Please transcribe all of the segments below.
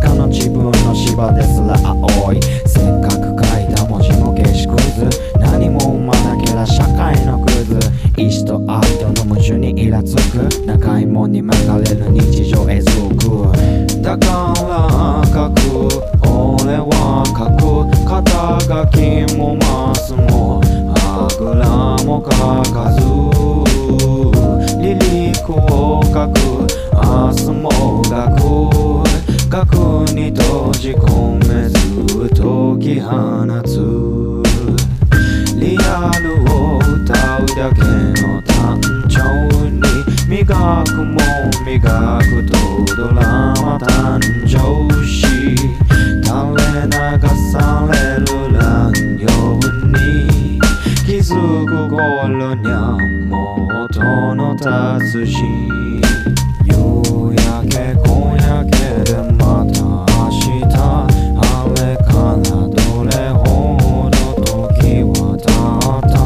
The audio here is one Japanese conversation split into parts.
中の自分の芝ですら青い。せっかく書いた文字も消しくず、何も生まなけら社会のクズ。意志と愛との矛盾にイラつく、長いもんに巻かれる日常へ続く。だから書く、俺は書く。肩書きもマスもあぐらも書かず、リリックを書く。明日も書くに閉じ込めず解き放つ。リアルを歌うだけの単調に磨くも磨くとドラマ誕生し、垂れ流される乱用に気づく頃にゃもう音の達人。夕焼け今夜けでまた明日、あれからどれほど時は経った。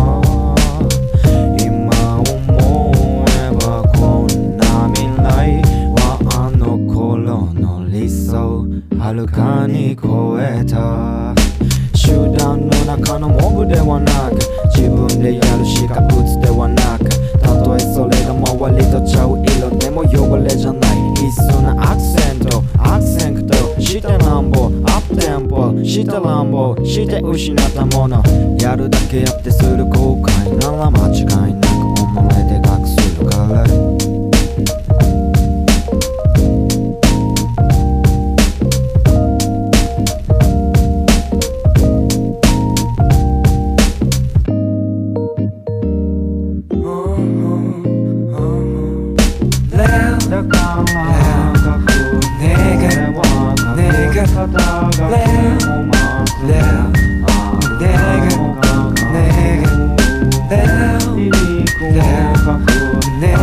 今思えばこんな未来はあの頃の理想はるかに超えた。集団の中のモブではなく、自分でやるしか打つではなく、たとえそれが周りとちゃう色でも汚れじゃない必須なアクセントして乱暴、アップテンポして乱暴して失ったもの、やるだけやってする後悔なら間違いなく己で学するから。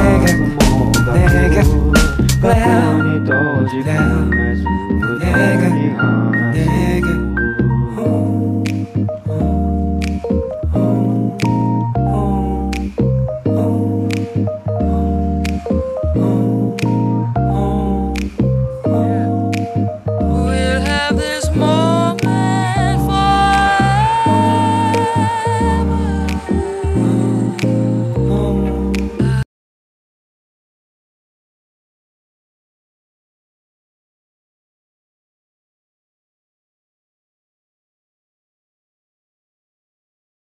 내가